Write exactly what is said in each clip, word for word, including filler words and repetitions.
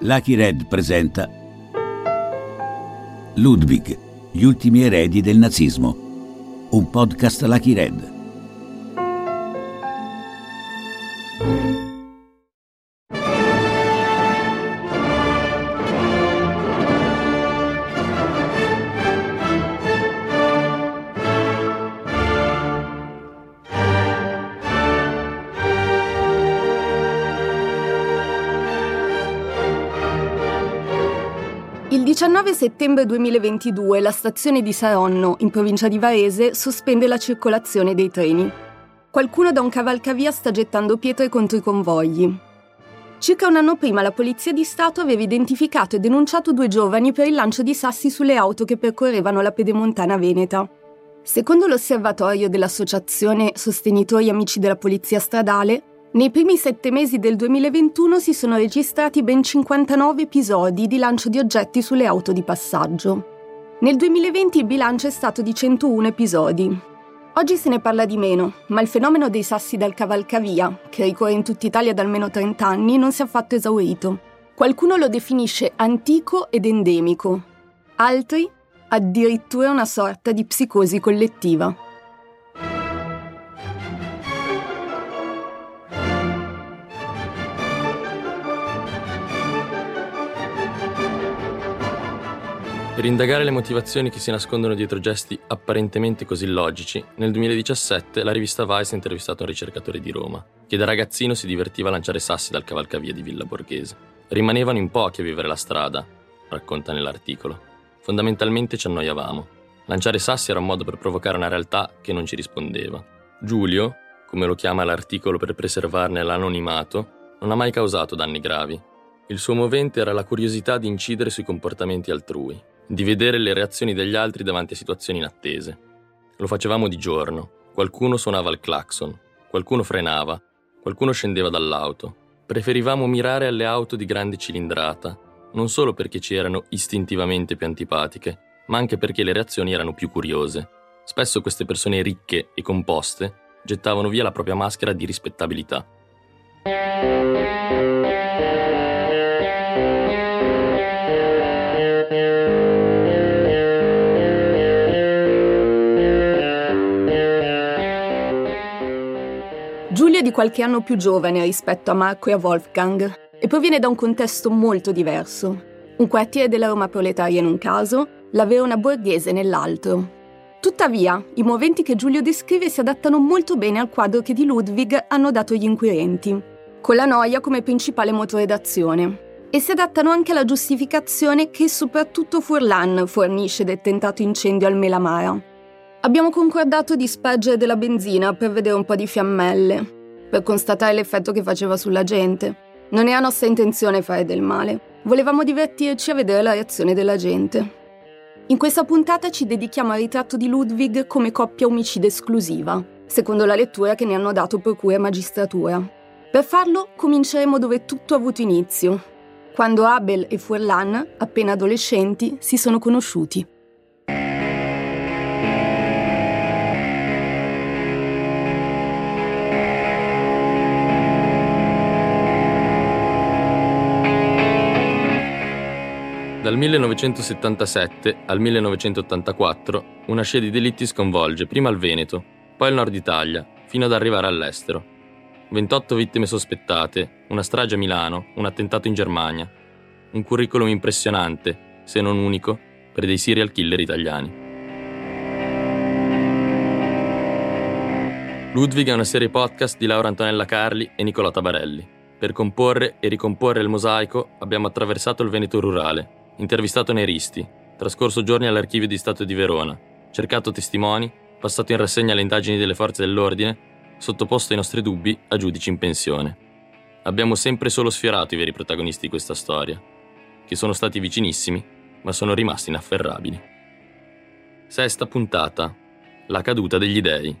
Lucky Red presenta Ludwig, gli ultimi eredi del nazismo, un podcast Lucky Red. Il diciannove settembre duemilaventidue la stazione di Saronno, in provincia di Varese, sospende la circolazione dei treni. Qualcuno da un cavalcavia sta gettando pietre contro i convogli. Circa un anno prima la Polizia di Stato aveva identificato e denunciato due giovani per il lancio di sassi sulle auto che percorrevano la pedemontana veneta. Secondo l'osservatorio dell'associazione Sostenitori Amici della Polizia Stradale, nei primi sette mesi del duemilaventuno si sono registrati ben cinquantanove episodi di lancio di oggetti sulle auto di passaggio. Nel duemilaventi il bilancio è stato di centouno episodi. Oggi se ne parla di meno, ma il fenomeno dei sassi dal cavalcavia, che ricorre in tutta Italia da almeno trenta anni, non si è affatto esaurito. Qualcuno lo definisce antico ed endemico, altri addirittura una sorta di psicosi collettiva. Per indagare le motivazioni che si nascondono dietro gesti apparentemente così logici, nel duemiladiciassette la rivista Vice ha intervistato un ricercatore di Roma, che da ragazzino si divertiva a lanciare sassi dal cavalcavia di Villa Borghese. Rimanevano in pochi a vivere la strada, racconta nell'articolo. Fondamentalmente ci annoiavamo. Lanciare sassi era un modo per provocare una realtà che non ci rispondeva. Giulio, come lo chiama l'articolo per preservarne l'anonimato, non ha mai causato danni gravi. Il suo movente era la curiosità di incidere sui comportamenti altrui, di vedere le reazioni degli altri davanti a situazioni inattese. Lo facevamo di giorno, qualcuno suonava il clacson, qualcuno frenava, qualcuno scendeva dall'auto. Preferivamo mirare alle auto di grande cilindrata, non solo perché ci erano istintivamente più antipatiche, ma anche perché le reazioni erano più curiose. Spesso queste persone ricche e composte gettavano via la propria maschera di rispettabilità. Giulio è di qualche anno più giovane rispetto a Marco e a Wolfgang e proviene da un contesto molto diverso. Un quartiere della Roma proletaria in un caso, la Verona borghese nell'altro. Tuttavia, i moventi che Giulio descrive si adattano molto bene al quadro che di Ludwig hanno dato gli inquirenti, con la noia come principale motore d'azione. E si adattano anche alla giustificazione che soprattutto Furlan fornisce del tentato incendio al Melamara. Abbiamo concordato di spargere della benzina per vedere un po' di fiammelle, per constatare l'effetto che faceva sulla gente. Non era nostra intenzione fare del male, volevamo divertirci a vedere la reazione della gente. In questa puntata ci dedichiamo al ritratto di Ludwig come coppia omicida esclusiva, secondo la lettura che ne hanno dato procura e magistratura. Per farlo cominceremo dove tutto ha avuto inizio, quando Abel e Furlan, appena adolescenti, si sono conosciuti. Dal millenovecentosettantasette al millenovecentottantaquattro una scia di delitti sconvolge prima il Veneto, poi il nord Italia, fino ad arrivare all'estero. ventotto vittime sospettate, una strage a Milano, un attentato in Germania. Un curriculum impressionante, se non unico, per dei serial killer italiani. Ludwig è una serie podcast di Laura Antonella Carli e Nicolò Tabarelli. Per comporre e ricomporre il mosaico abbiamo attraversato il Veneto rurale, intervistato neristi, trascorso giorni all'Archivio di Stato di Verona, cercato testimoni, passato in rassegna le indagini delle forze dell'ordine, sottoposto i nostri dubbi a giudici in pensione. Abbiamo sempre solo sfiorato i veri protagonisti di questa storia, che sono stati vicinissimi, ma sono rimasti inafferrabili. Sesta puntata. La caduta degli dei.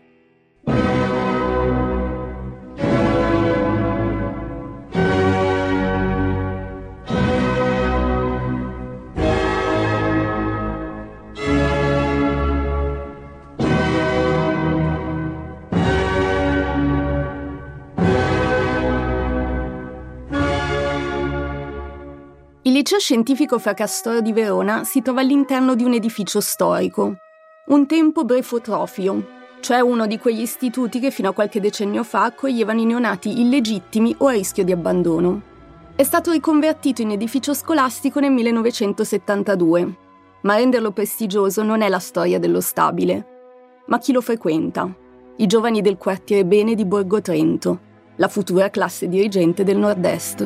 Il liceo scientifico Fracastoro di Verona si trova all'interno di un edificio storico, un tempo brefotrofio, cioè uno di quegli istituti che fino a qualche decennio fa accoglievano i neonati illegittimi o a rischio di abbandono. È stato riconvertito in edificio scolastico nel millenovecentosettantadue, ma a renderlo prestigioso non è la storia dello stabile, ma chi lo frequenta, i giovani del quartiere Bene di Borgo Trento, la futura classe dirigente del Nord-Est.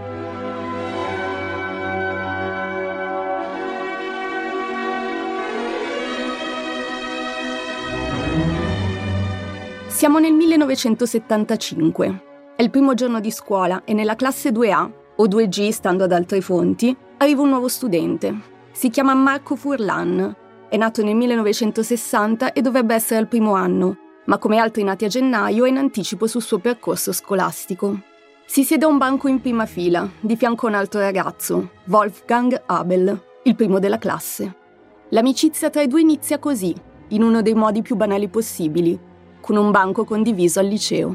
Siamo nel millenovecentosettantacinque. È il primo giorno di scuola e nella classe due A, o due G stando ad altre fonti, arriva un nuovo studente. Si chiama Marco Furlan. È nato nel millenovecentosessanta e dovrebbe essere al primo anno, ma come altri nati a gennaio è in anticipo sul suo percorso scolastico. Si siede a un banco in prima fila, di fianco a un altro ragazzo, Wolfgang Abel, il primo della classe. L'amicizia tra i due inizia così, in uno dei modi più banali possibili, con un banco condiviso al liceo.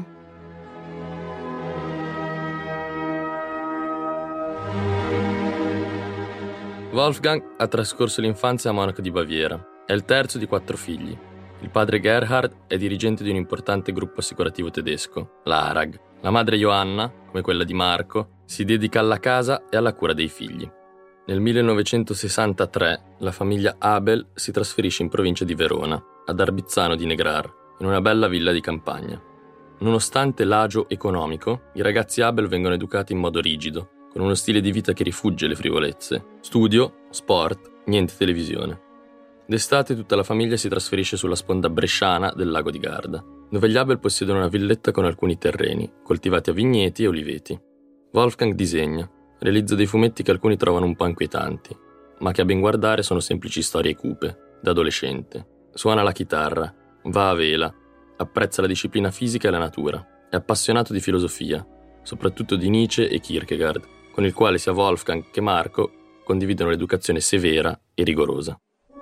Wolfgang ha trascorso l'infanzia a Monaco di Baviera. È il terzo di quattro figli. Il padre Gerhard è dirigente di un importante gruppo assicurativo tedesco, la Arag. La madre Johanna, come quella di Marco, si dedica alla casa e alla cura dei figli. Nel millenovecentosessantatré la famiglia Abel si trasferisce in provincia di Verona, ad Arbizzano di Negrar, in una bella villa di campagna. Nonostante l'agio economico, i ragazzi Abel vengono educati in modo rigido, con uno stile di vita che rifugge le frivolezze. Studio, sport, niente televisione. D'estate tutta la famiglia si trasferisce sulla sponda bresciana del lago di Garda, dove gli Abel possiedono una villetta con alcuni terreni, coltivati a vigneti e oliveti. Wolfgang disegna, realizza dei fumetti che alcuni trovano un po' inquietanti, ma che a ben guardare sono semplici storie cupe, da adolescente. Suona la chitarra, va a vela, apprezza la disciplina fisica e la natura. È appassionato di filosofia, soprattutto di Nietzsche e Kierkegaard, con il quale sia Wolfgang che Marco condividono l'educazione severa e rigorosa.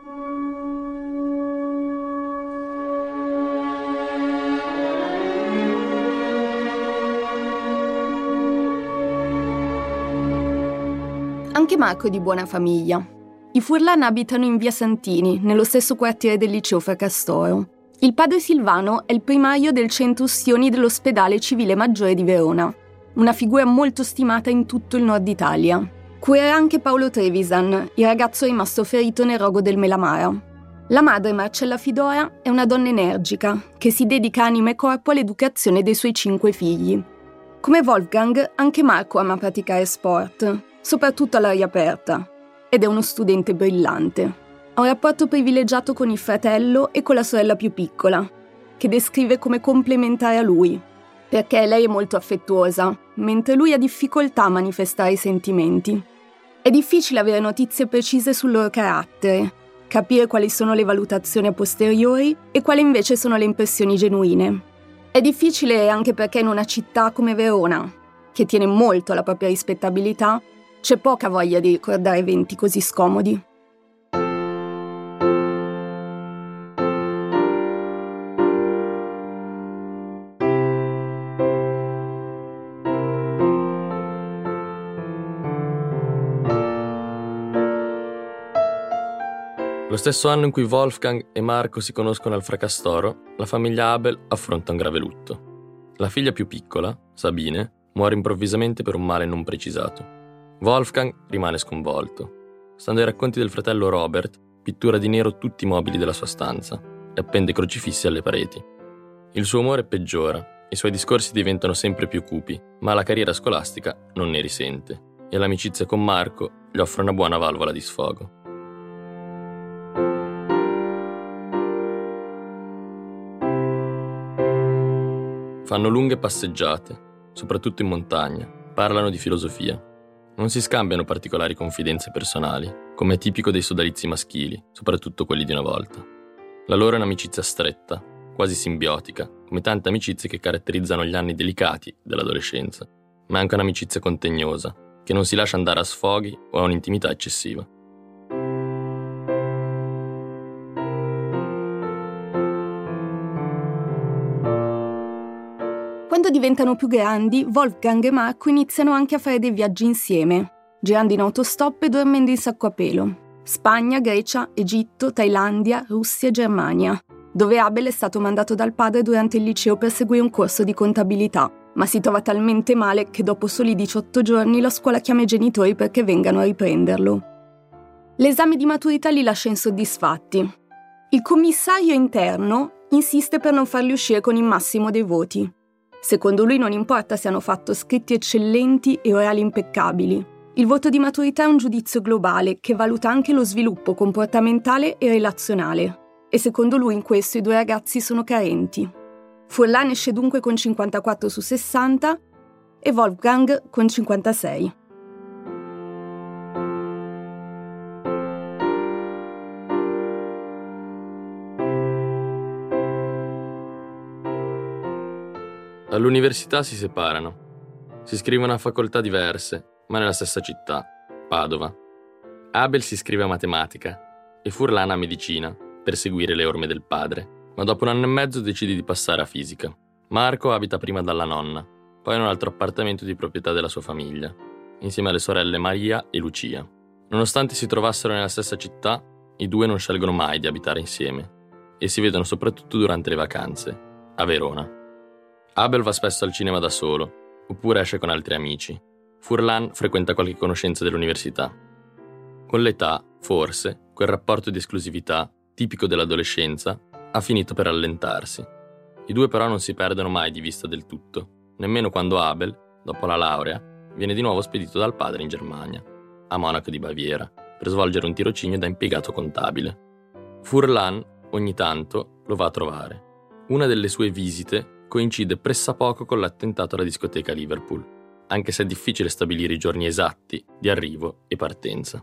Anche Marco è di buona famiglia. I Furlan abitano in via Santini, nello stesso quartiere del liceo Fracastoro. Il padre Silvano è il primario del centro ustioni dell'ospedale civile maggiore di Verona, una figura molto stimata in tutto il nord Italia. Curerà anche Paolo Trevisan, il ragazzo rimasto ferito nel rogo del Melamara. La madre, Marcella Fidora, è una donna energica, che si dedica anima e corpo all'educazione dei suoi cinque figli. Come Wolfgang, anche Marco ama praticare sport, soprattutto all'aria aperta, ed è uno studente brillante. Ha un rapporto privilegiato con il fratello e con la sorella più piccola, che descrive come complementare a lui, perché lei è molto affettuosa, mentre lui ha difficoltà a manifestare i sentimenti. È difficile avere notizie precise sul loro carattere, capire quali sono le valutazioni a posteriori e quali invece sono le impressioni genuine. È difficile anche perché in una città come Verona, che tiene molto alla propria rispettabilità, c'è poca voglia di ricordare eventi così scomodi. Lo stesso anno in cui Wolfgang e Marco si conoscono al Fracastoro, la famiglia Abel affronta un grave lutto. La figlia più piccola, Sabine, muore improvvisamente per un male non precisato. Wolfgang rimane sconvolto. Stando ai racconti del fratello Robert, pittura di nero tutti i mobili della sua stanza e appende crocifissi alle pareti. Il suo umore peggiora, i suoi discorsi diventano sempre più cupi, ma la carriera scolastica non ne risente e l'amicizia con Marco gli offre una buona valvola di sfogo. Fanno lunghe passeggiate, soprattutto in montagna, parlano di filosofia. Non si scambiano particolari confidenze personali, come è tipico dei sodalizi maschili, soprattutto quelli di una volta. La loro è un'amicizia stretta, quasi simbiotica, come tante amicizie che caratterizzano gli anni delicati dell'adolescenza, ma è anche un'amicizia contegnosa, che non si lascia andare a sfoghi o a un'intimità eccessiva. Quando diventano più grandi, Wolfgang e Marco iniziano anche a fare dei viaggi insieme, girando in autostop e dormendo in sacco a pelo. Spagna, Grecia, Egitto, Thailandia, Russia e Germania, dove Abel è stato mandato dal padre durante il liceo per seguire un corso di contabilità, ma si trova talmente male che dopo soli diciotto giorni la scuola chiama i genitori perché vengano a riprenderlo. L'esame di maturità li lascia insoddisfatti. Il commissario interno insiste per non farli uscire con il massimo dei voti. Secondo lui non importa se hanno fatto scritti eccellenti e orali impeccabili. Il voto di maturità è un giudizio globale che valuta anche lo sviluppo comportamentale e relazionale. E secondo lui in questo i due ragazzi sono carenti. Furlan esce dunque con cinquantaquattro su sessanta e Wolfgang con cinquantasei. All'università si separano. Si iscrivono a facoltà diverse, ma nella stessa città, Padova. Abel si iscrive a matematica e Furlan a medicina per seguire le orme del padre, ma dopo un anno e mezzo decide di passare a fisica. Marco abita prima dalla nonna, poi in un altro appartamento di proprietà della sua famiglia, insieme alle sorelle Maria e Lucia. Nonostante si trovassero nella stessa città, i due non scelgono mai di abitare insieme e si vedono soprattutto durante le vacanze, a Verona. Abel va spesso al cinema da solo, oppure esce con altri amici. Furlan frequenta qualche conoscenza dell'università. Con l'età, forse, quel rapporto di esclusività, tipico dell'adolescenza, ha finito per allentarsi. I due però non si perdono mai di vista del tutto, nemmeno quando Abel, dopo la laurea, viene di nuovo spedito dal padre in Germania, a Monaco di Baviera, per svolgere un tirocinio da impiegato contabile. Furlan, ogni tanto, lo va a trovare. Una delle sue visite coincide pressappoco con l'attentato alla discoteca Liverpool, anche se è difficile stabilire i giorni esatti di arrivo e partenza.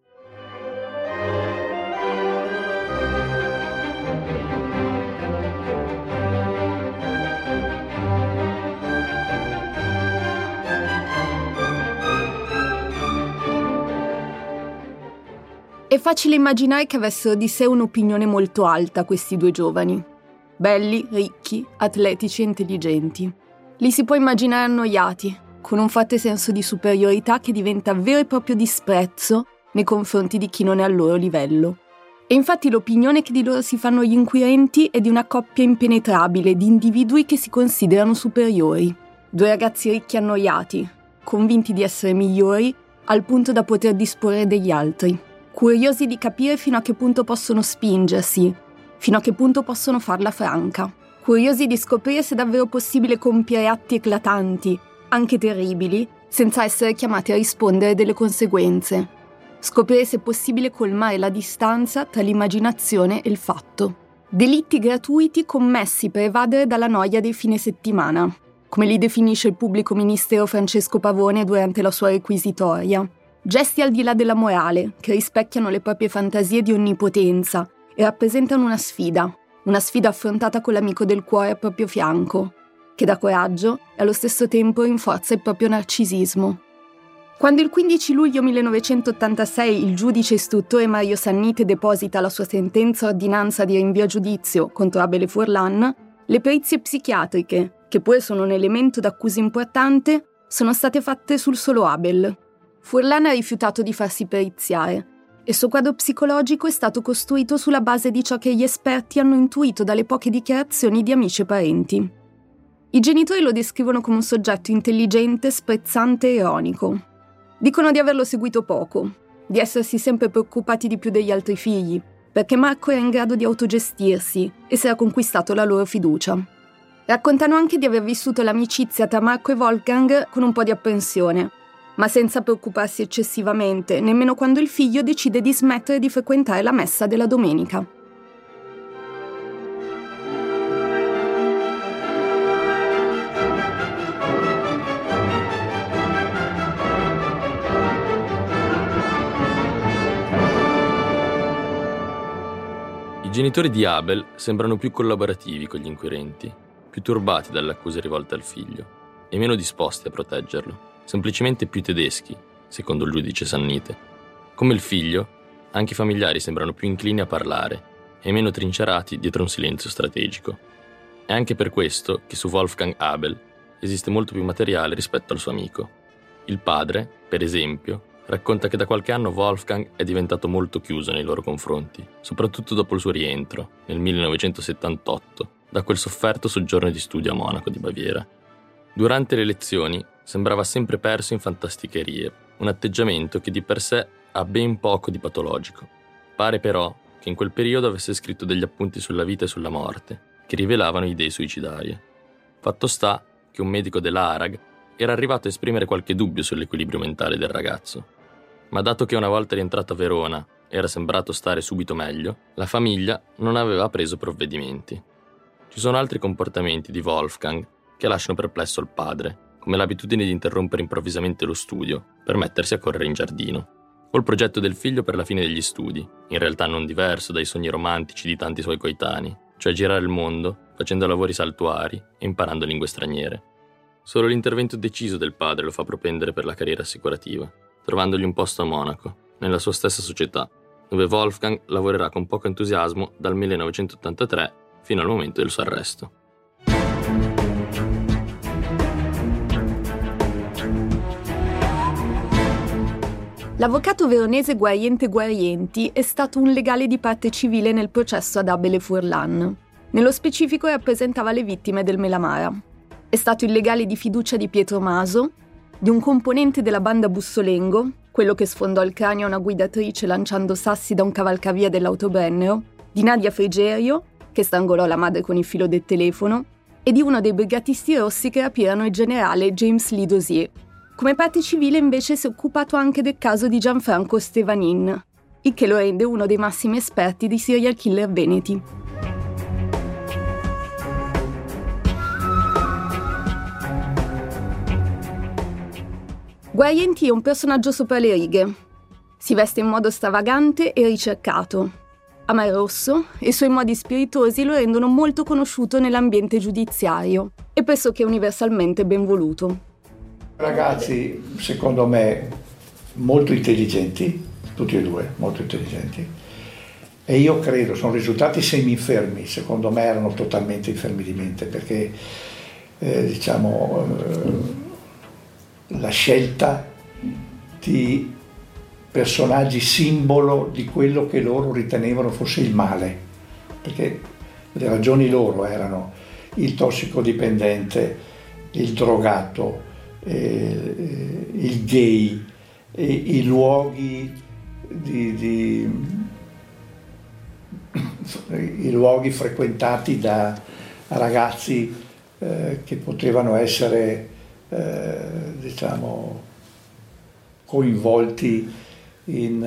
È facile immaginare che avessero di sé un'opinione molto alta questi due giovani. Belli, ricchi, atletici e intelligenti. Li si può immaginare annoiati, con un forte senso di superiorità che diventa vero e proprio disprezzo nei confronti di chi non è al loro livello. E infatti l'opinione che di loro si fanno gli inquirenti è di una coppia impenetrabile di individui che si considerano superiori. Due ragazzi ricchi annoiati, convinti di essere migliori al punto da poter disporre degli altri, curiosi di capire fino a che punto possono spingersi, fino a che punto possono farla franca, curiosi di scoprire se è davvero possibile compiere atti eclatanti, anche terribili, senza essere chiamati a rispondere delle conseguenze. Scoprire se è possibile colmare la distanza tra l'immaginazione e il fatto. Delitti gratuiti commessi per evadere dalla noia dei fine settimana, come li definisce il pubblico ministero Francesco Pavone durante la sua requisitoria. Gesti al di là della morale, che rispecchiano le proprie fantasie di onnipotenza e rappresentano una sfida, una sfida affrontata con l'amico del cuore al proprio fianco, che dà coraggio e allo stesso tempo rinforza il proprio narcisismo. Quando il quindici luglio millenovecentottantasei il giudice istruttore Mario Sannite deposita la sua sentenza ordinanza di rinvio a giudizio contro Abel e Furlan, le perizie psichiatriche, che pure sono un elemento d'accusa importante, sono state fatte sul solo Abel. Furlan ha rifiutato di farsi periziare e il suo quadro psicologico è stato costruito sulla base di ciò che gli esperti hanno intuito dalle poche dichiarazioni di amici e parenti. I genitori lo descrivono come un soggetto intelligente, sprezzante e ironico. Dicono di averlo seguito poco, di essersi sempre preoccupati di più degli altri figli, perché Marco era in grado di autogestirsi e si era conquistato la loro fiducia. Raccontano anche di aver vissuto l'amicizia tra Marco e Wolfgang con un po' di apprensione, ma senza preoccuparsi eccessivamente, nemmeno quando il figlio decide di smettere di frequentare la messa della domenica. I genitori di Abel sembrano più collaborativi con gli inquirenti, più turbati dalle accuse rivolte al figlio e meno disposti a proteggerlo, semplicemente più tedeschi, secondo il giudice Sannite. Come il figlio, anche i familiari sembrano più inclini a parlare e meno trincerati dietro un silenzio strategico. È anche per questo che su Wolfgang Abel esiste molto più materiale rispetto al suo amico. Il padre, per esempio, racconta che da qualche anno Wolfgang è diventato molto chiuso nei loro confronti, soprattutto dopo il suo rientro, nel millenovecentosettantotto, da quel sofferto soggiorno di studio a Monaco di Baviera. Durante le lezioni sembrava sempre perso in fantasticherie, un atteggiamento che di per sé ha ben poco di patologico. Pare però che in quel periodo avesse scritto degli appunti sulla vita e sulla morte, che rivelavano idee suicidarie. Fatto sta che un medico della ARAG era arrivato a esprimere qualche dubbio sull'equilibrio mentale del ragazzo. Ma dato che una volta rientrato a Verona era sembrato stare subito meglio, la famiglia non aveva preso provvedimenti. Ci sono altri comportamenti di Wolfgang che lasciano perplesso il padre, come l'abitudine di interrompere improvvisamente lo studio per mettersi a correre in giardino, o il progetto del figlio per la fine degli studi, in realtà non diverso dai sogni romantici di tanti suoi coetanei, cioè girare il mondo facendo lavori saltuari e imparando lingue straniere. Solo l'intervento deciso del padre lo fa propendere per la carriera assicurativa, trovandogli un posto a Monaco, nella sua stessa società, dove Wolfgang lavorerà con poco entusiasmo dal millenovecentottantatré fino al momento del suo arresto. L'avvocato veronese Guariente Guarienti è stato un legale di parte civile nel processo ad Abel e Furlan. Nello specifico rappresentava le vittime del Melamara. È stato il legale di fiducia di Pietro Maso, di un componente della banda Bussolengo, quello che sfondò il cranio a una guidatrice lanciando sassi da un cavalcavia dell'Autobrennero, di Nadia Frigerio, che strangolò la madre con il filo del telefono, e di uno dei brigatisti rossi che rapirono il generale James Lee Dozier. Come parte civile invece si è occupato anche del caso di Gianfranco Stevanin, il che lo rende uno dei massimi esperti di serial killer veneti. Guarienti è un personaggio sopra le righe. Si veste in modo stravagante e ricercato. Ama il rosso e i suoi modi spiritosi lo rendono molto conosciuto nell'ambiente giudiziario e pressoché universalmente ben voluto. Ragazzi, secondo me, molto intelligenti, tutti e due, molto intelligenti, e io credo, sono risultati semi-infermi, secondo me erano totalmente infermi di mente, perché, eh, diciamo, eh, la scelta di personaggi simbolo di quello che loro ritenevano fosse il male, perché le ragioni loro erano il tossicodipendente, il drogato, Eh, il gay, eh, i luoghi di, di i luoghi frequentati da ragazzi eh, che potevano essere eh, diciamo coinvolti in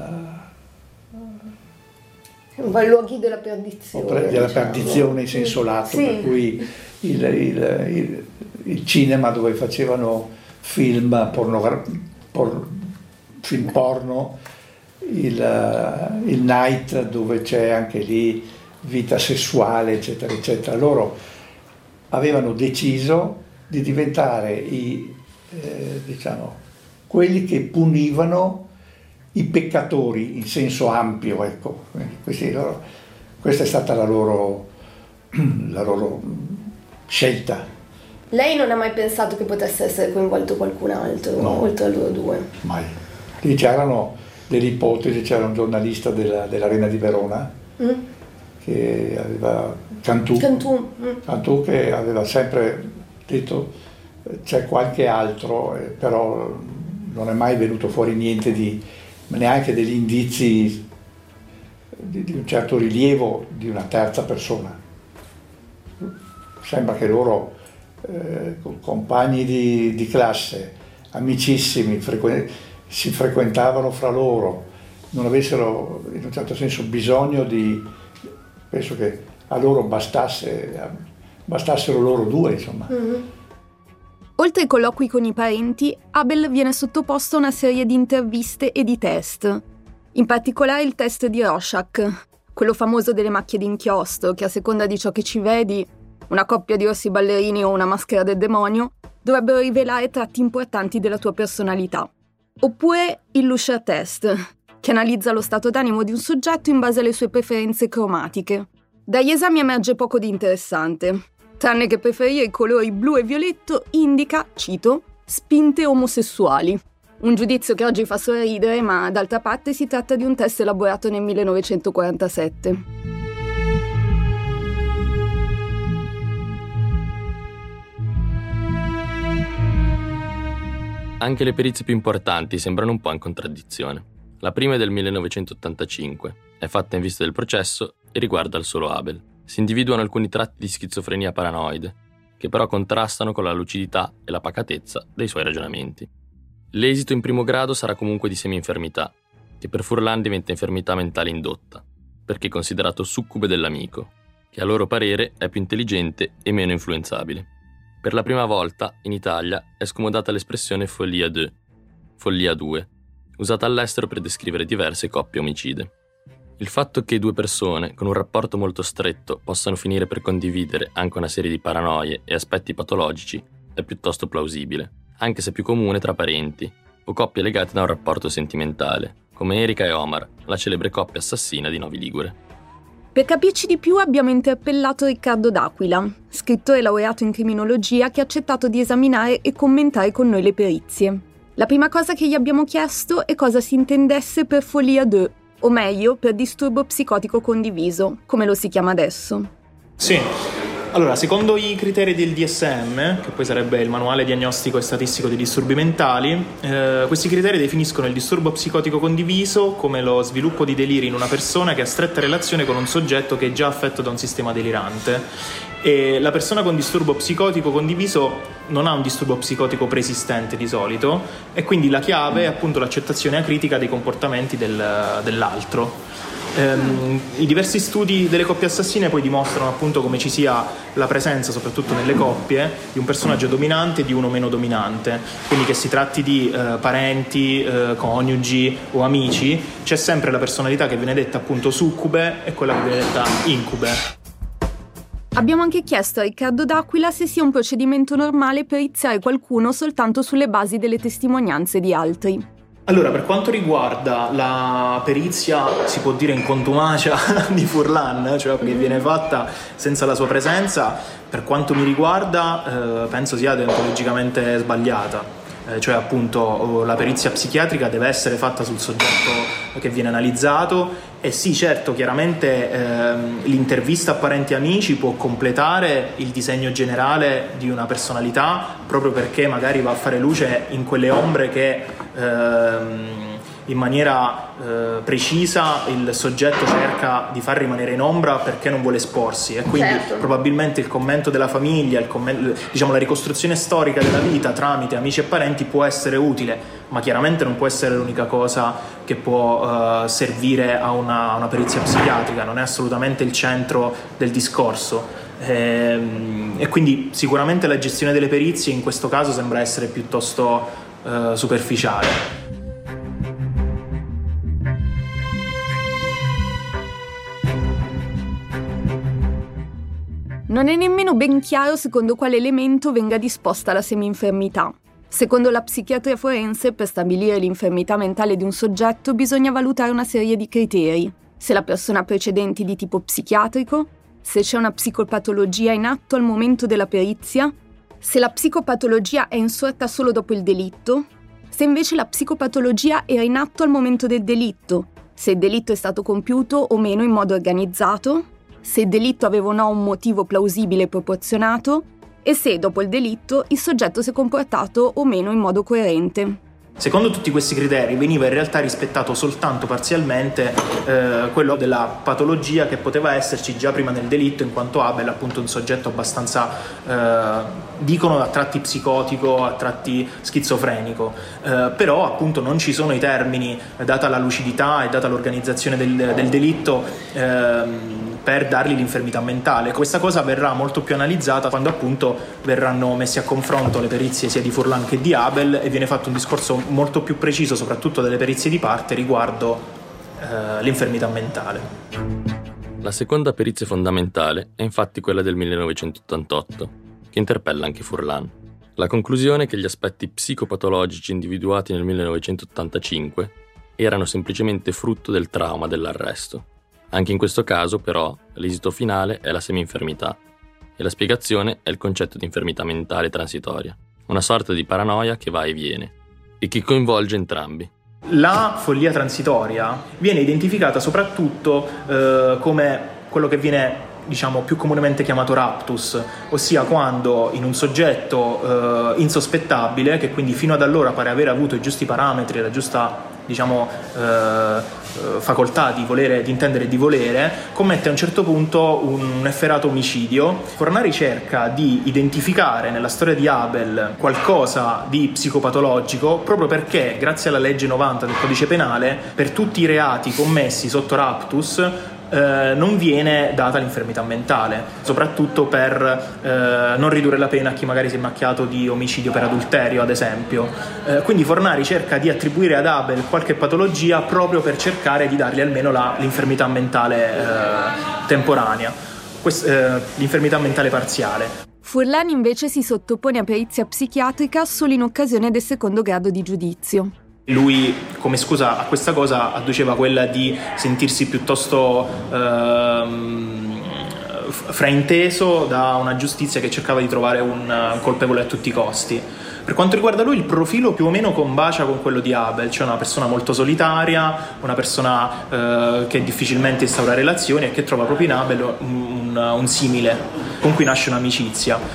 uh, luoghi della perdizione, della diciamo. perdizione in senso lato, sì. Per cui il, il, il il cinema dove facevano film porno, por, film porno, il, il night dove c'è anche lì vita sessuale, eccetera, eccetera. Loro avevano deciso di diventare i, eh, diciamo, quelli che punivano i peccatori in senso ampio, ecco. Questi loro, questa è stata la loro, la loro scelta. Lei non ha mai pensato che potesse essere coinvolto qualcun altro, no, oltre a loro due? Mai. Lì c'erano delle ipotesi, c'era un giornalista della, dell'Arena di Verona, mm. che aveva Cantù, Cantù. Mm. Cantù che aveva sempre detto c'è qualche altro, eh, però non è mai venuto fuori niente di, neanche degli indizi di, di un certo rilievo di una terza persona. Sembra che loro Eh, compagni di, di classe, amicissimi, frequ- si frequentavano fra loro, non avessero in un certo senso bisogno di, penso che a loro bastasse, bastassero loro due, insomma. Mm-hmm. Oltre ai colloqui con i parenti, Abel viene sottoposto a una serie di interviste e di test, in particolare il test di Rorschach, quello famoso delle macchie d'inchiostro che a seconda di ciò che ci vedi, una coppia di rossi ballerini o una maschera del demonio, dovrebbero rivelare tratti importanti della tua personalità. Oppure il Lusher Test, che analizza lo stato d'animo di un soggetto in base alle sue preferenze cromatiche. Dagli esami emerge poco di interessante, tranne che preferire i colori blu e violetto indica, cito, spinte omosessuali. Un giudizio che oggi fa sorridere, ma d'altra parte si tratta di un test elaborato nel millenovecentoquarantasette. Anche le perizie più importanti sembrano un po' in contraddizione. La prima è del millenovecentottantacinque, è fatta in vista del processo e riguarda il solo Abel. Si individuano alcuni tratti di schizofrenia paranoide, che però contrastano con la lucidità e la pacatezza dei suoi ragionamenti. L'esito in primo grado sarà comunque di semi-infermità, che per Furlan diventa infermità mentale indotta, perché è considerato succube dell'amico, che a loro parere è più intelligente e meno influenzabile. Per la prima volta, in Italia, è scomodata l'espressione folie à deux, follia due, usata all'estero per descrivere diverse coppie omicide. Il fatto che due persone con un rapporto molto stretto possano finire per condividere anche una serie di paranoie e aspetti patologici è piuttosto plausibile, anche se più comune tra parenti o coppie legate da un rapporto sentimentale, come Erika e Omar, la celebre coppia assassina di Novi Ligure. Per capirci di più abbiamo interpellato Riccardo D'Aquila, scrittore laureato in criminologia che ha accettato di esaminare e commentare con noi le perizie. La prima cosa che gli abbiamo chiesto è cosa si intendesse per folie à deux, o meglio, per disturbo psicotico condiviso, come lo si chiama adesso. Sì, allora, secondo i criteri del D S M, che poi sarebbe il manuale diagnostico e statistico dei disturbi mentali, eh, questi criteri definiscono il disturbo psicotico condiviso come lo sviluppo di deliri in una persona che ha stretta relazione con un soggetto che è già affetto da un sistema delirante. E la persona con disturbo psicotico condiviso non ha un disturbo psicotico preesistente di solito, e quindi la chiave è appunto l'accettazione acritica dei comportamenti del, dell'altro. Um, I diversi studi delle coppie assassine poi dimostrano appunto come ci sia la presenza, soprattutto nelle coppie, di un personaggio dominante e di uno meno dominante, quindi che si tratti di uh, parenti, uh, coniugi o amici, c'è sempre la personalità che viene detta appunto succube e quella che viene detta incube. Abbiamo anche chiesto a Riccardo D'Aquila se sia un procedimento normale periziare qualcuno soltanto sulle basi delle testimonianze di altri. Allora, per quanto riguarda la perizia, si può dire in contumacia di Furlan, cioè che viene fatta senza la sua presenza, per quanto mi riguarda, eh, penso sia deontologicamente sbagliata. Eh, cioè appunto la perizia psichiatrica deve essere fatta sul soggetto che viene analizzato, e sì, certo, chiaramente ehm, l'intervista a parenti e amici può completare il disegno generale di una personalità, proprio perché magari va a fare luce in quelle ombre che ehm, in maniera eh, precisa il soggetto cerca di far rimanere in ombra perché non vuole esporsi, e quindi certo, probabilmente il commento della famiglia, il commento, diciamo la ricostruzione storica della vita tramite amici e parenti può essere utile, ma chiaramente non può essere l'unica cosa che può uh, servire a una, una perizia psichiatrica, non è assolutamente il centro del discorso. E, e quindi sicuramente la gestione delle perizie in questo caso sembra essere piuttosto uh, superficiale. Non è nemmeno ben chiaro secondo quale elemento venga disposta la semi-infermità. Secondo la psichiatria forense, per stabilire l'infermità mentale di un soggetto bisogna valutare una serie di criteri. Se la persona ha precedenti di tipo psichiatrico, se c'è una psicopatologia in atto al momento della perizia, se la psicopatologia è insorta solo dopo il delitto, se invece la psicopatologia era in atto al momento del delitto, se il delitto è stato compiuto o meno in modo organizzato, se il delitto aveva o no un motivo plausibile e proporzionato, e se, dopo il delitto, il soggetto si è comportato o meno in modo coerente. Secondo tutti questi criteri veniva in realtà rispettato soltanto parzialmente eh, quello della patologia che poteva esserci già prima del delitto, in quanto Abel è appunto un soggetto abbastanza, eh, dicono a tratti psicotico, a tratti schizofrenico, eh, però appunto non ci sono i termini, data la lucidità e data l'organizzazione del, del delitto, eh, per dargli l'infermità mentale. Questa cosa verrà molto più analizzata quando appunto verranno messi a confronto le perizie sia di Furlan che di Abel, e viene fatto un discorso molto più preciso, soprattutto delle perizie di parte, riguardo eh, l'infermità mentale. La seconda perizia fondamentale è infatti quella del millenovecentottantotto, che interpella anche Furlan. La conclusione è che gli aspetti psicopatologici individuati nel millenovecentottantacinque erano semplicemente frutto del trauma dell'arresto. Anche in questo caso, però, l'esito finale è la semi-infermità, e la spiegazione è il concetto di infermità mentale transitoria, una sorta di paranoia che va e viene, e che coinvolge entrambi. La follia transitoria viene identificata soprattutto eh, come quello che viene, diciamo, più comunemente chiamato raptus, ossia quando in un soggetto eh, insospettabile, che quindi fino ad allora pare aver avuto i giusti parametri, la giusta, diciamo, eh, facoltà di volere, di intendere e di volere, commette a un certo punto un efferato omicidio. Fornari cerca di identificare nella storia di Abel qualcosa di psicopatologico, proprio perché, grazie alla legge novanta del codice penale, per tutti i reati commessi sotto raptus Eh, non viene data l'infermità mentale, soprattutto per eh, non ridurre la pena a chi magari si è macchiato di omicidio per adulterio, ad esempio. Eh, quindi Fornari cerca di attribuire ad Abel qualche patologia proprio per cercare di dargli almeno la, l'infermità mentale eh, temporanea, Quest, eh, l'infermità mentale parziale. Furlan invece si sottopone a perizia psichiatrica solo in occasione del secondo grado di giudizio. Lui, come scusa a questa cosa, adduceva quella di sentirsi piuttosto ehm, frainteso da una giustizia che cercava di trovare un, un colpevole a tutti i costi. Per quanto riguarda lui, il profilo più o meno combacia con quello di Abel, cioè una persona molto solitaria, una persona eh, che difficilmente instaura relazioni e che trova proprio in Abel un, un, un simile con cui nasce un'amicizia.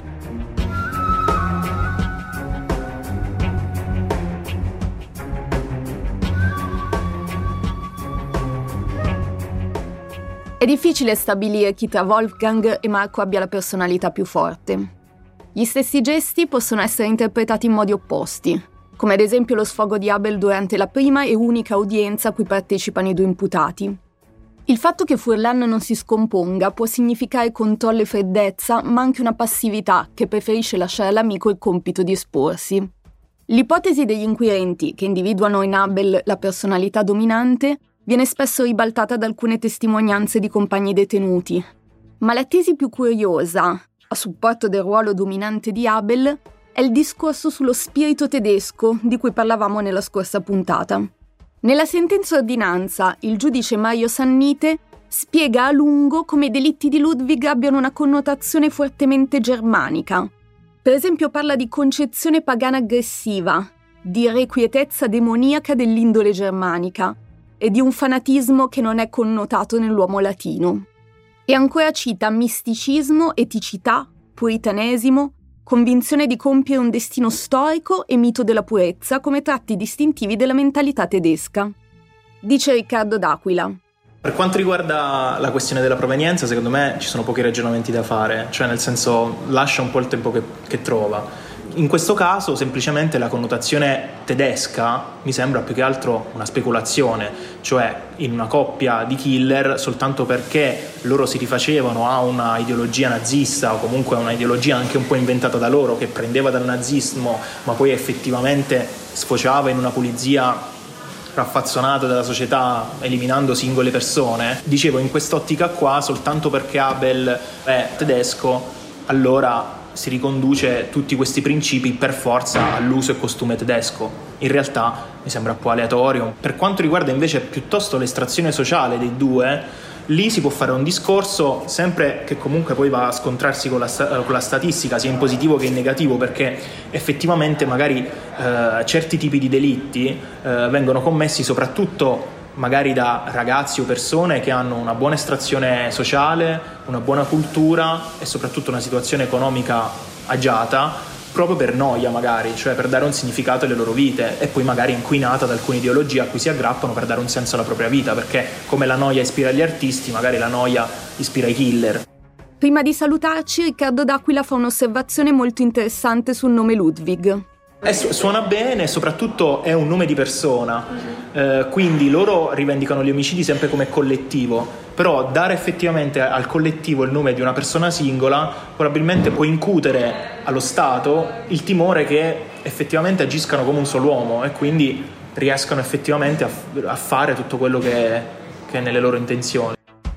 È difficile stabilire chi tra Wolfgang e Marco abbia la personalità più forte. Gli stessi gesti possono essere interpretati in modi opposti, come ad esempio lo sfogo di Abel durante la prima e unica udienza a cui partecipano i due imputati. Il fatto che Furlan non si scomponga può significare controllo e freddezza, ma anche una passività che preferisce lasciare all'amico il compito di esporsi. L'ipotesi degli inquirenti, che individuano in Abel la personalità dominante, viene spesso ribaltata da alcune testimonianze di compagni detenuti. Ma la tesi più curiosa, a supporto del ruolo dominante di Abel, è il discorso sullo spirito tedesco di cui parlavamo nella scorsa puntata. Nella sentenza ordinanza, il giudice Mario Sannite spiega a lungo come i delitti di Ludwig abbiano una connotazione fortemente germanica. Per esempio parla di concezione pagana aggressiva, di irrequietezza demoniaca dell'indole germanica, e di un fanatismo che non è connotato nell'uomo latino. E ancora cita misticismo, eticità, puritanesimo, convinzione di compiere un destino storico e mito della purezza come tratti distintivi della mentalità tedesca. Dice Riccardo D'Aquila. Per quanto riguarda la questione della provenienza, secondo me ci sono pochi ragionamenti da fare, cioè nel senso lascia un po' il tempo che, che trova. In questo caso semplicemente la connotazione tedesca mi sembra più che altro una speculazione, cioè in una coppia di killer soltanto perché loro si rifacevano a una ideologia nazista o comunque a una ideologia anche un po' inventata da loro che prendeva dal nazismo ma poi effettivamente sfociava in una pulizia raffazzonata della società eliminando singole persone. Dicevo, in quest'ottica qua, soltanto perché Abel è tedesco, allora si riconduce tutti questi principi per forza all'uso e costume tedesco. In realtà mi sembra un po' aleatorio. Per quanto riguarda invece piuttosto l'estrazione sociale dei due, lì si può fare un discorso sempre che comunque poi va a scontrarsi con la, con la statistica, sia in positivo che in negativo, perché effettivamente magari eh, certi tipi di delitti eh, vengono commessi soprattutto magari da ragazzi o persone che hanno una buona estrazione sociale, una buona cultura e soprattutto una situazione economica agiata, proprio per noia magari, cioè per dare un significato alle loro vite, e poi magari inquinata da alcune ideologie a cui si aggrappano per dare un senso alla propria vita, perché come la noia ispira gli artisti, magari la noia ispira i killer. Prima di salutarci, Riccardo D'Aquila fa un'osservazione molto interessante sul nome Ludwig. Eh, suona bene e soprattutto è un nome di persona, eh, quindi loro rivendicano gli omicidi sempre come collettivo, però dare effettivamente al collettivo il nome di una persona singola probabilmente può incutere allo Stato il timore che effettivamente agiscano come un solo uomo e quindi riescano effettivamente a, a fare tutto quello che, che è nelle loro intenzioni.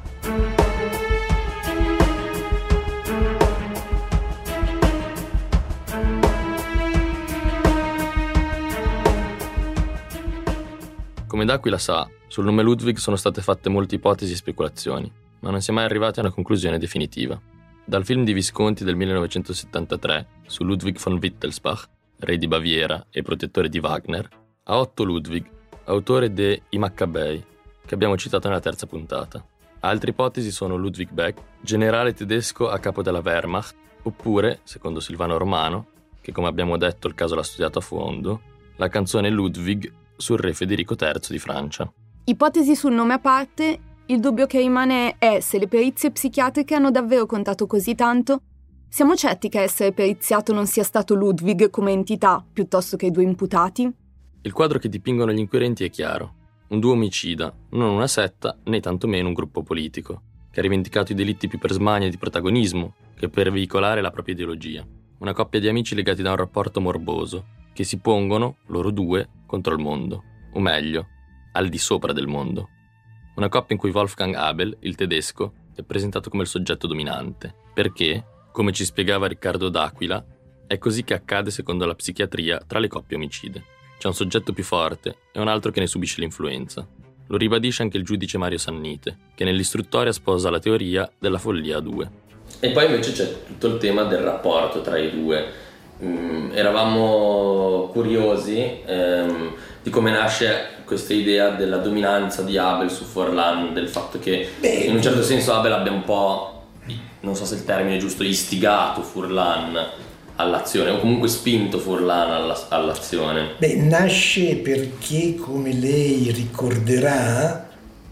Come D'Aquila sa, sul nome Ludwig sono state fatte molte ipotesi e speculazioni, ma non si è mai arrivati a una conclusione definitiva. Dal film di Visconti del millenovecentosettantatré su Ludwig von Wittelsbach re di Baviera e protettore di Wagner, a Otto Ludwig, autore de I Maccabei, che abbiamo citato nella terza puntata. Altre ipotesi sono Ludwig Beck, generale tedesco a capo della Wehrmacht, oppure, secondo Silvano Romano, che come abbiamo detto il caso l'ha studiato a fondo, la canzone Ludwig sul re Federico terzo di Francia. Ipotesi sul nome a parte, il dubbio che rimane è se le perizie psichiatriche hanno davvero contato così tanto. Siamo certi che a essere periziato non sia stato Ludwig come entità, piuttosto che i due imputati? Il quadro che dipingono gli inquirenti è chiaro. Un duo omicida, non una setta, né tantomeno un gruppo politico, che ha rivendicato i delitti più per smania di protagonismo che per veicolare la propria ideologia. Una coppia di amici legati da un rapporto morboso, che si pongono, loro due, contro il mondo. O meglio, al di sopra del mondo. Una coppia in cui Wolfgang Abel, il tedesco, è presentato come il soggetto dominante. Perché, come ci spiegava Riccardo D'Aquila, è così che accade secondo la psichiatria tra le coppie omicide. C'è un soggetto più forte e un altro che ne subisce l'influenza. Lo ribadisce anche il giudice Mario Sannite, che nell'istruttoria sposa la teoria della follia a due. E poi invece c'è tutto il tema del rapporto tra i due. Mm, eravamo curiosi ehm, di come nasce questa idea della dominanza di Abel su Forlan, del fatto che Beh, in un certo senso Abel abbia un po', non so se il termine è giusto, istigato Furlan all'azione, o comunque spinto Furlan alla, all'azione. Beh, nasce perché, come lei ricorderà,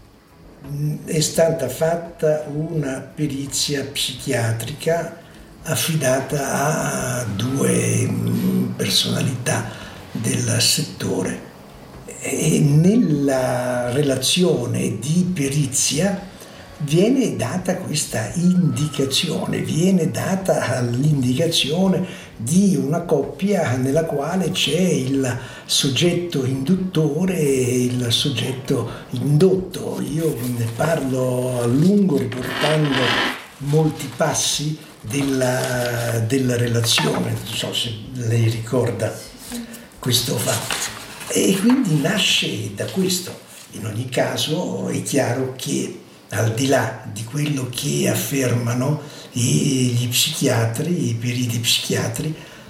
è stata fatta una perizia psichiatrica affidata a due personalità del settore e nella relazione di perizia viene data questa indicazione, viene data l'indicazione di una coppia nella quale c'è il soggetto induttore e il soggetto indotto. Io ne parlo a lungo riportando molti passi della, della relazione, non so se lei ricorda questo fatto. E quindi nasce da questo. In ogni caso è chiaro che al di là di quello che affermano gli psichiatri, i periti psichiatri,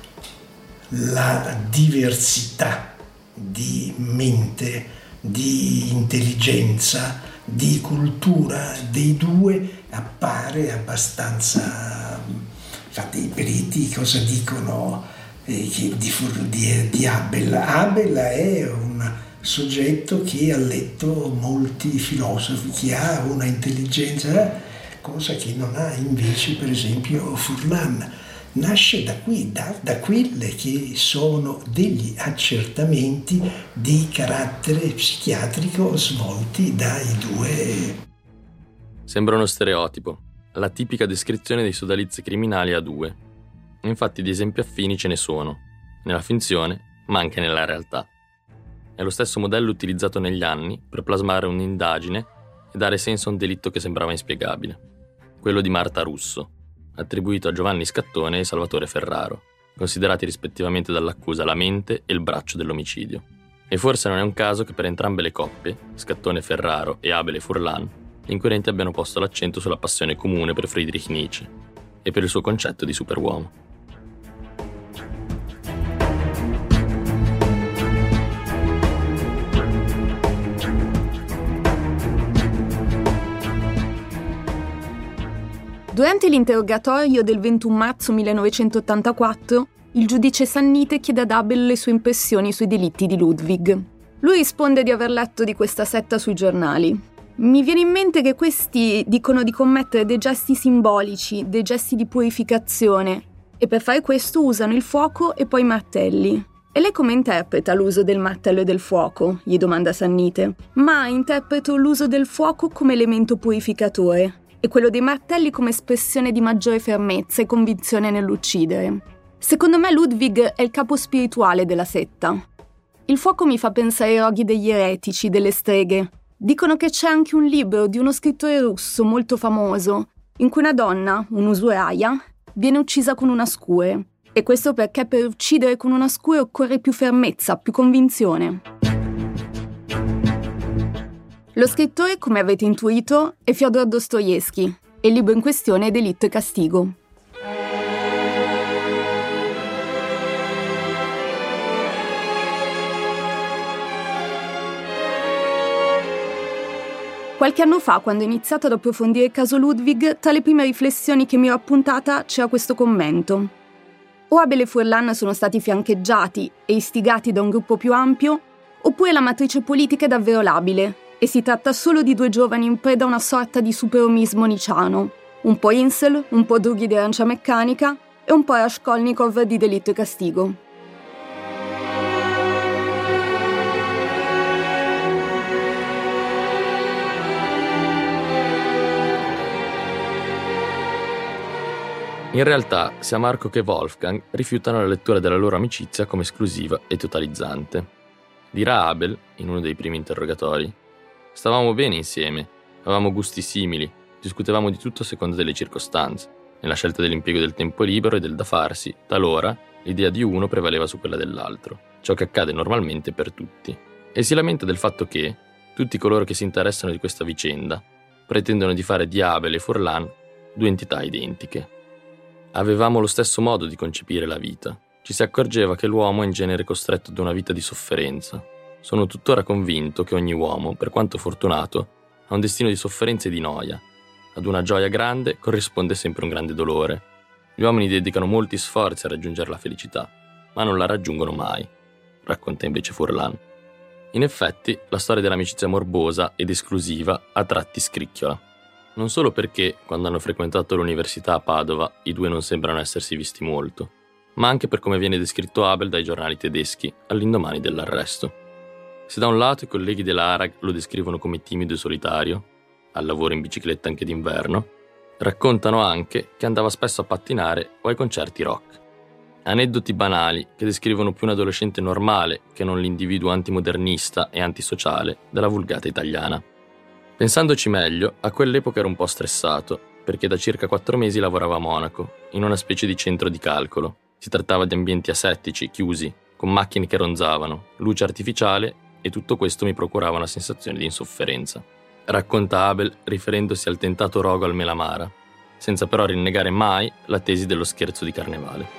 la diversità di mente, di intelligenza, di cultura dei due appare abbastanza. Infatti i periti cosa dicono eh, di, di, di Abel? Abel è un soggetto che ha letto molti filosofi, che ha una intelligenza, cosa che non ha invece per esempio Furlan. Nasce da qui, da, da quelle che sono degli accertamenti di carattere psichiatrico svolti dai due. Sembra uno stereotipo, la tipica descrizione dei sodalizi criminali a due. Infatti di esempi affini ce ne sono, nella finzione ma anche nella realtà. È lo stesso modello utilizzato negli anni per plasmare un'indagine e dare senso a un delitto che sembrava inspiegabile. Quello di Marta Russo, attribuito a Giovanni Scattone e Salvatore Ferraro, considerati rispettivamente dall'accusa la mente e il braccio dell'omicidio. E forse non è un caso che per entrambe le coppie, Scattone Ferraro e Abel e Furlan, gli inquirenti abbiano posto l'accento sulla passione comune per Friedrich Nietzsche e per il suo concetto di superuomo. Durante l'interrogatorio del ventuno marzo millenovecentottantaquattro, il giudice Sannite chiede ad Abel le sue impressioni sui delitti di Ludwig. Lui risponde di aver letto di questa setta sui giornali. Mi viene in mente che questi dicono di commettere dei gesti simbolici, dei gesti di purificazione, e per fare questo usano il fuoco e poi i martelli. E lei come interpreta l'uso del martello e del fuoco? Gli domanda Sannite. Ma interpreto l'uso del fuoco come elemento purificatore e quello dei martelli come espressione di maggiore fermezza e convinzione nell'uccidere. Secondo me Ludwig è il capo spirituale della setta. Il fuoco mi fa pensare ai roghi degli eretici, delle streghe. Dicono che c'è anche un libro di uno scrittore russo molto famoso, in cui una donna, un'usuraia, viene uccisa con una scure. E questo perché per uccidere con una scure occorre più fermezza, più convinzione. Lo scrittore, come avete intuito, è Fyodor Dostoevskij e il libro in questione è Delitto e castigo. Qualche anno fa, quando ho iniziato ad approfondire il caso Ludwig, tra le prime riflessioni che mi ero appuntata c'era questo commento. O Abel e Furlan sono stati fiancheggiati e istigati da un gruppo più ampio, oppure la matrice politica è davvero labile e si tratta solo di due giovani in preda a una sorta di superomismo nicciano, un po' incel, un po' drughi di Arancia Meccanica e un po' Raskolnikov di Delitto e Castigo. In realtà, sia Marco che Wolfgang rifiutano la lettura della loro amicizia come esclusiva e totalizzante. Dirà Abel, in uno dei primi interrogatori: stavamo bene insieme, avevamo gusti simili, discutevamo di tutto a seconda delle circostanze. Nella scelta dell'impiego del tempo libero e del da farsi, talora, l'idea di uno prevaleva su quella dell'altro, ciò che accade normalmente per tutti. E si lamenta del fatto che tutti coloro che si interessano di questa vicenda pretendono di fare di Abel e Furlan due entità identiche. Avevamo lo stesso modo di concepire la vita. Ci si accorgeva che l'uomo è in genere costretto ad una vita di sofferenza. Sono tuttora convinto che ogni uomo, per quanto fortunato, ha un destino di sofferenza e di noia. Ad una gioia grande corrisponde sempre un grande dolore. Gli uomini dedicano molti sforzi a raggiungere la felicità, ma non la raggiungono mai, racconta invece Furlan. In effetti, la storia dell'amicizia morbosa ed esclusiva a tratti scricchiola. Non solo perché, quando hanno frequentato l'università a Padova, i due non sembrano essersi visti molto, ma anche per come viene descritto Abel dai giornali tedeschi all'indomani dell'arresto. Se da un lato i colleghi dell'A R A G lo descrivono come timido e solitario, al lavoro in bicicletta anche d'inverno, raccontano anche che andava spesso a pattinare o ai concerti rock. Aneddoti banali che descrivono più un adolescente normale che non l'individuo antimodernista e antisociale della vulgata italiana. Pensandoci meglio, a quell'epoca ero un po' stressato, perché da circa quattro mesi lavoravo a Monaco, in una specie di centro di calcolo. Si trattava di ambienti asettici, chiusi, con macchine che ronzavano, luce artificiale, e tutto questo mi procurava una sensazione di insofferenza. Racconta Abel riferendosi al tentato rogo al melamara, senza però rinnegare mai la tesi dello scherzo di carnevale.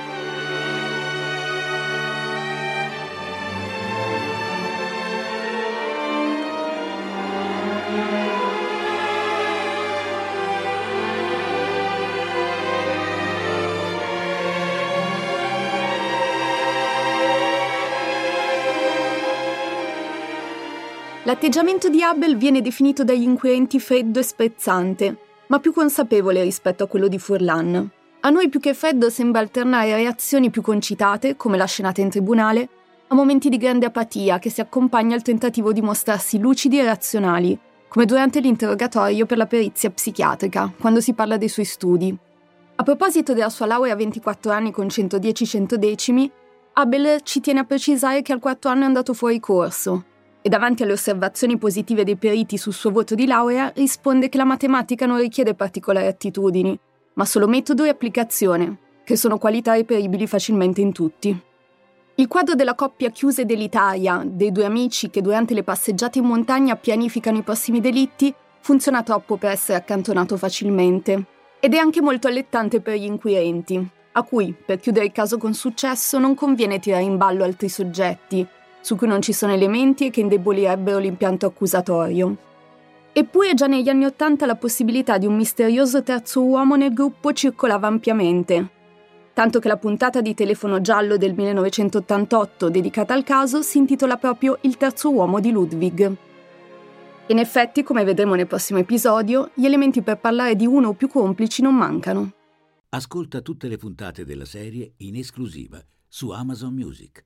L'atteggiamento di Abel viene definito dagli inquirenti freddo e sprezzante, ma più consapevole rispetto a quello di Furlan. A noi più che freddo sembra alternare reazioni più concitate, come la scenata in tribunale, a momenti di grande apatia che si accompagna al tentativo di mostrarsi lucidi e razionali, come durante l'interrogatorio per la perizia psichiatrica, quando si parla dei suoi studi. A proposito della sua laurea a ventiquattro anni con centodieci centodecimi, Abel ci tiene a precisare che al quarto anno è andato fuori corso, e davanti alle osservazioni positive dei periti sul suo voto di laurea risponde che la matematica non richiede particolari attitudini, ma solo metodo e applicazione, che sono qualità reperibili facilmente in tutti. Il quadro della coppia chiusa ed elitaria, dei due amici che durante le passeggiate in montagna pianificano i prossimi delitti, funziona troppo per essere accantonato facilmente. Ed è anche molto allettante per gli inquirenti, a cui, per chiudere il caso con successo, non conviene tirare in ballo altri soggetti, su cui non ci sono elementi e che indebolirebbero l'impianto accusatorio. Eppure già negli anni Ottanta la possibilità di un misterioso terzo uomo nel gruppo circolava ampiamente, tanto che la puntata di Telefono Giallo del millenovecentottantotto dedicata al caso si intitola proprio Il terzo uomo di Ludwig. In effetti, come vedremo nel prossimo episodio, gli elementi per parlare di uno o più complici non mancano. Ascolta tutte le puntate della serie in esclusiva su Amazon Music.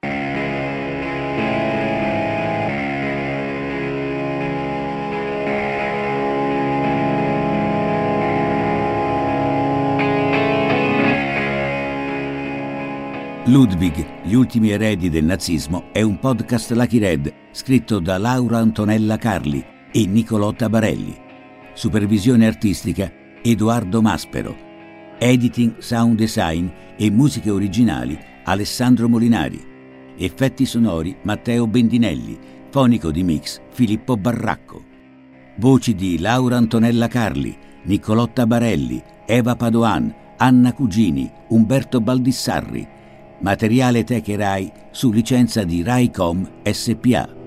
Ludwig, gli ultimi eredi del nazismo è un podcast Lucky Red scritto da Laura Antonella Carli e Niccolò Tabarelli. Supervisione artistica Edoardo Maspero. Editing, sound design e musiche originali Alessandro Molinari. Effetti sonori Matteo Bendinelli. Fonico di mix Filippo Barracco. Voci di Laura Antonella Carli, Niccolò Tabarelli, Eva Padoan, Anna Cugini, Umberto Baldissarri. Materiale Tech e Rai su licenza di Raicom S P A.